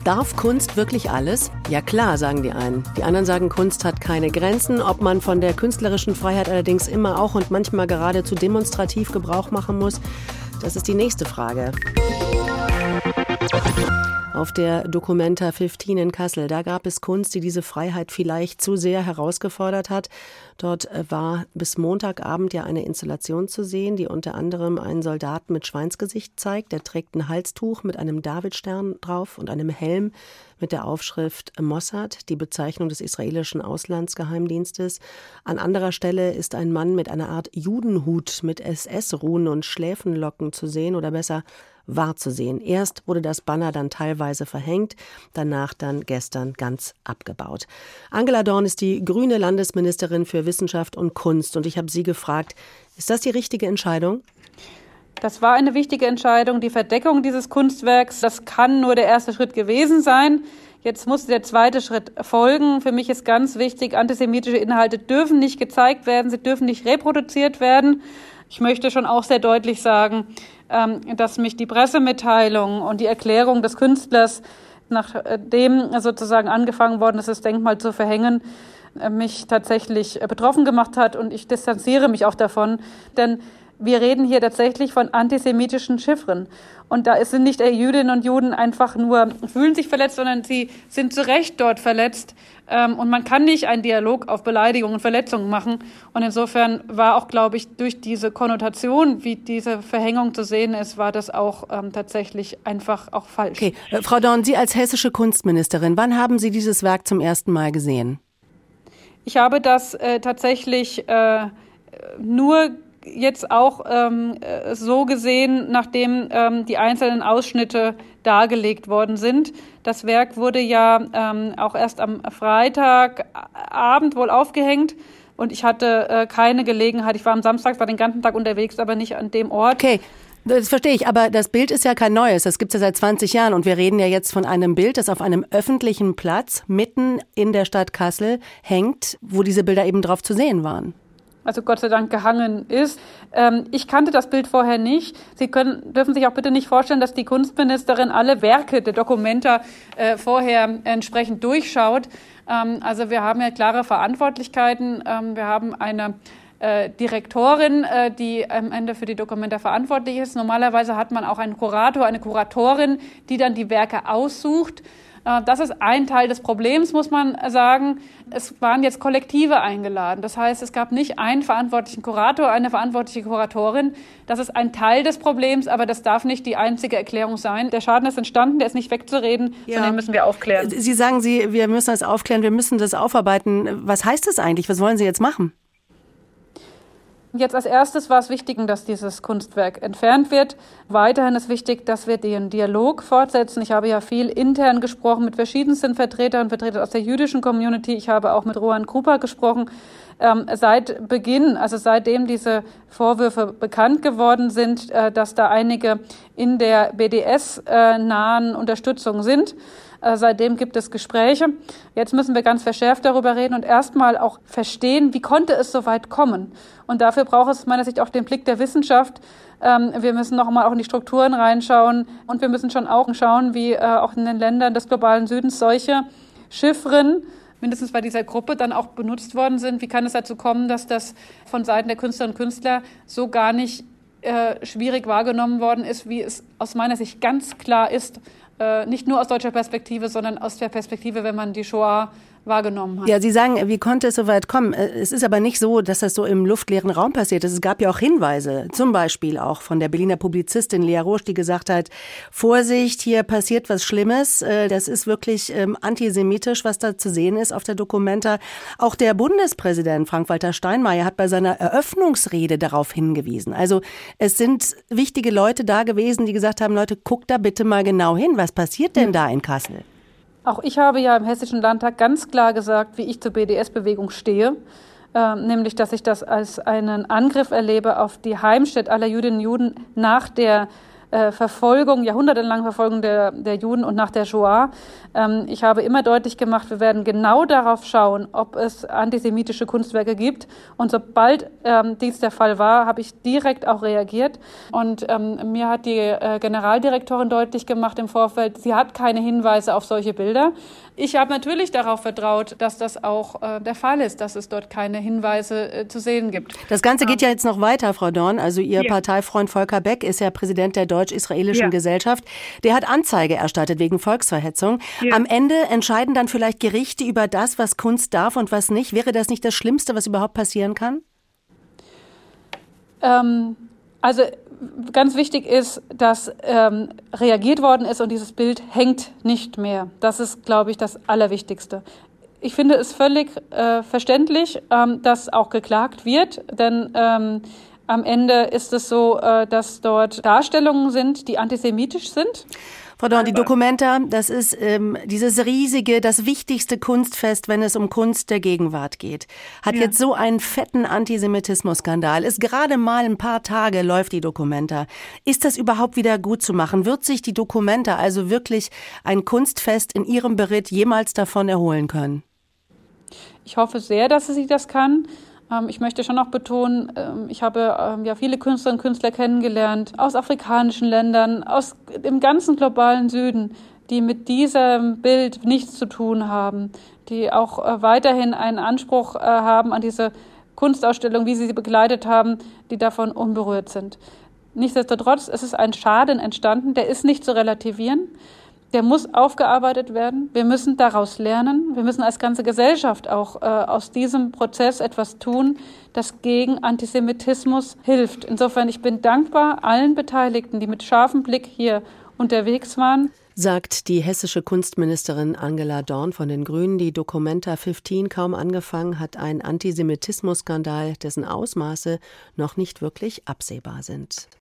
Darf Kunst wirklich alles? Ja klar, sagen die einen. Die anderen sagen, Kunst hat keine Grenzen. Ob man von der künstlerischen Freiheit allerdings immer auch und manchmal geradezu demonstrativ Gebrauch machen muss, das ist die nächste Frage. Auf der Documenta 15 in Kassel, da gab es Kunst, die diese Freiheit vielleicht zu sehr herausgefordert hat. Dort war bis Montagabend ja eine Installation zu sehen, die unter anderem einen Soldaten mit Schweinsgesicht zeigt. Der trägt ein Halstuch mit einem Davidstern drauf und einem Helm mit der Aufschrift Mossad, die Bezeichnung des israelischen Auslandsgeheimdienstes. An anderer Stelle ist ein Mann mit einer Art Judenhut mit SS-Runen und Schläfenlocken zu sehen oder besser wahrzusehen. Erst wurde das Banner dann teilweise verhängt, danach dann gestern ganz abgebaut. Angela Dorn ist die grüne Landesministerin für Wissenschaft und Kunst und ich habe sie gefragt, ist das die richtige Entscheidung? Das war eine wichtige Entscheidung. Die Verdeckung dieses Kunstwerks, das kann nur der erste Schritt gewesen sein. Jetzt muss der zweite Schritt folgen. Für mich ist ganz wichtig, antisemitische Inhalte dürfen nicht gezeigt werden, sie dürfen nicht reproduziert werden. Ich möchte schon auch sehr deutlich sagen, dass mich die Pressemitteilung und die Erklärung des Künstlers, nachdem sozusagen angefangen worden ist, das Denkmal zu verhängen, mich tatsächlich betroffen gemacht hat. Und ich distanziere mich auch davon, denn wir reden hier tatsächlich von antisemitischen Chiffren. Und da sind nicht Jüdinnen und Juden einfach nur, fühlen sich verletzt, sondern sie sind zu Recht dort verletzt. Und man kann nicht einen Dialog auf Beleidigungen und Verletzungen machen. Und insofern war auch, glaube ich, durch diese Konnotation, wie diese Verhängung zu sehen ist, war das auch tatsächlich einfach auch falsch. Okay, Frau Dorn, Sie als hessische Kunstministerin, wann haben Sie dieses Werk zum ersten Mal gesehen? Ich habe das tatsächlich nur jetzt auch so gesehen, nachdem die einzelnen Ausschnitte dargelegt worden sind. Das Werk wurde ja auch erst am Freitagabend wohl aufgehängt und ich hatte keine Gelegenheit. Ich war am Samstag, war den ganzen Tag unterwegs, aber nicht an dem Ort. Okay. Das verstehe ich, aber das Bild ist ja kein neues, das gibt es ja seit 20 Jahren und wir reden ja jetzt von einem Bild, das auf einem öffentlichen Platz mitten in der Stadt Kassel hängt, wo diese Bilder eben drauf zu sehen waren. Also Gott sei Dank gehangen ist. Ich kannte das Bild vorher nicht. Sie dürfen sich auch bitte nicht vorstellen, dass die Kunstministerin alle Werke der Documenta vorher entsprechend durchschaut. Also wir haben ja klare Verantwortlichkeiten. Wir haben eine Direktorin, die am Ende für die Documenta verantwortlich ist. Normalerweise hat man auch einen Kurator, eine Kuratorin, die dann die Werke aussucht. Das ist ein Teil des Problems, muss man sagen. Es waren jetzt Kollektive eingeladen. Das heißt, es gab nicht einen verantwortlichen Kurator, eine verantwortliche Kuratorin. Das ist ein Teil des Problems, aber das darf nicht die einzige Erklärung sein. Der Schaden ist entstanden, der ist nicht wegzureden, sondern den müssen wir aufklären. Sie sagen, wir müssen das aufklären, wir müssen das aufarbeiten. Was heißt das eigentlich? Was wollen Sie jetzt machen? Jetzt als erstes war es wichtig, dass dieses Kunstwerk entfernt wird. Weiterhin ist wichtig, dass wir den Dialog fortsetzen. Ich habe ja viel intern gesprochen mit verschiedensten Vertretern und Vertretern aus der jüdischen Community. Ich habe auch mit Rohan Krupa gesprochen. Seit Beginn, also seitdem diese Vorwürfe bekannt geworden sind, dass da einige in der BDS-nahen Unterstützung sind. Seitdem gibt es Gespräche. Jetzt müssen wir ganz verschärft darüber reden und erstmal auch verstehen, wie konnte es so weit kommen. Und dafür braucht es aus meiner Sicht auch den Blick der Wissenschaft. Wir müssen noch mal auch in die Strukturen reinschauen und wir müssen schon auch schauen, wie auch in den Ländern des globalen Südens solche Chiffren mindestens bei dieser Gruppe dann auch benutzt worden sind. Wie kann es dazu kommen, dass das von Seiten der Künstlerinnen und Künstler so gar nicht schwierig wahrgenommen worden ist, wie es aus meiner Sicht ganz klar ist, nicht nur aus deutscher Perspektive, sondern aus der Perspektive, wenn man die Shoah wahrgenommen hat. Ja, Sie sagen, wie konnte es so weit kommen? Es ist aber nicht so, dass das so im luftleeren Raum passiert ist. Es gab ja auch Hinweise, zum Beispiel auch von der Berliner Publizistin Lea Rosch, die gesagt hat, Vorsicht, hier passiert was Schlimmes. Das ist wirklich antisemitisch, was da zu sehen ist auf der Documenta. Auch der Bundespräsident Frank-Walter Steinmeier hat bei seiner Eröffnungsrede darauf hingewiesen. Also es sind wichtige Leute da gewesen, die gesagt haben, Leute, guckt da bitte mal genau hin. Was passiert denn da in Kassel? Auch ich habe ja im Hessischen Landtag ganz klar gesagt, wie ich zur BDS-Bewegung stehe, nämlich, dass ich das als einen Angriff erlebe auf die Heimstätte aller Jüdinnen und Juden nach der Verfolgung, jahrhundertelang Verfolgung der Juden und nach der Shoah. Ich habe immer deutlich gemacht, wir werden genau darauf schauen, ob es antisemitische Kunstwerke gibt. Und sobald dies der Fall war, habe ich direkt auch reagiert. Und mir hat die Generaldirektorin deutlich gemacht im Vorfeld, sie hat keine Hinweise auf solche Bilder. Ich habe natürlich darauf vertraut, dass das auch der Fall ist, dass es dort keine Hinweise zu sehen gibt. Das Ganze geht ja jetzt noch weiter, Frau Dorn. Also Ihr Parteifreund Volker Beck ist ja Präsident der Deutsch-Israelischen Gesellschaft. Der hat Anzeige erstattet wegen Volksverhetzung. Ja. Am Ende entscheiden dann vielleicht Gerichte über das, was Kunst darf und was nicht. Wäre das nicht das Schlimmste, was überhaupt passieren kann? Also ganz wichtig ist, dass reagiert worden ist und dieses Bild hängt nicht mehr. Das ist, glaube ich, das Allerwichtigste. Ich finde es völlig verständlich, dass auch geklagt wird, denn am Ende ist es so, dass dort Darstellungen sind, die antisemitisch sind. Frau Dorn, die Documenta, das ist dieses riesige, das wichtigste Kunstfest, wenn es um Kunst der Gegenwart geht. Hat jetzt so einen fetten Antisemitismus-Skandal. Ist gerade mal ein paar Tage läuft die Documenta. Ist das überhaupt wieder gut zu machen? Wird sich die Documenta, also wirklich ein Kunstfest in ihrem Beritt, jemals davon erholen können? Ich hoffe sehr, dass sie das kann. Ich möchte schon noch betonen, ich habe viele Künstlerinnen und Künstler kennengelernt aus afrikanischen Ländern, aus dem ganzen globalen Süden, die mit diesem Bild nichts zu tun haben, die auch weiterhin einen Anspruch haben an diese Kunstausstellung, wie sie begleitet haben, die davon unberührt sind. Nichtsdestotrotz, es ist ein Schaden entstanden, der ist nicht zu relativieren. Der muss aufgearbeitet werden. Wir müssen daraus lernen. Wir müssen als ganze Gesellschaft auch aus diesem Prozess etwas tun, das gegen Antisemitismus hilft. Insofern, ich bin dankbar allen Beteiligten, die mit scharfem Blick hier unterwegs waren. Sagt die hessische Kunstministerin Angela Dorn von den Grünen. Die Documenta 15 kaum angefangen, hat ein Antisemitismus-Skandal, dessen Ausmaße noch nicht wirklich absehbar sind.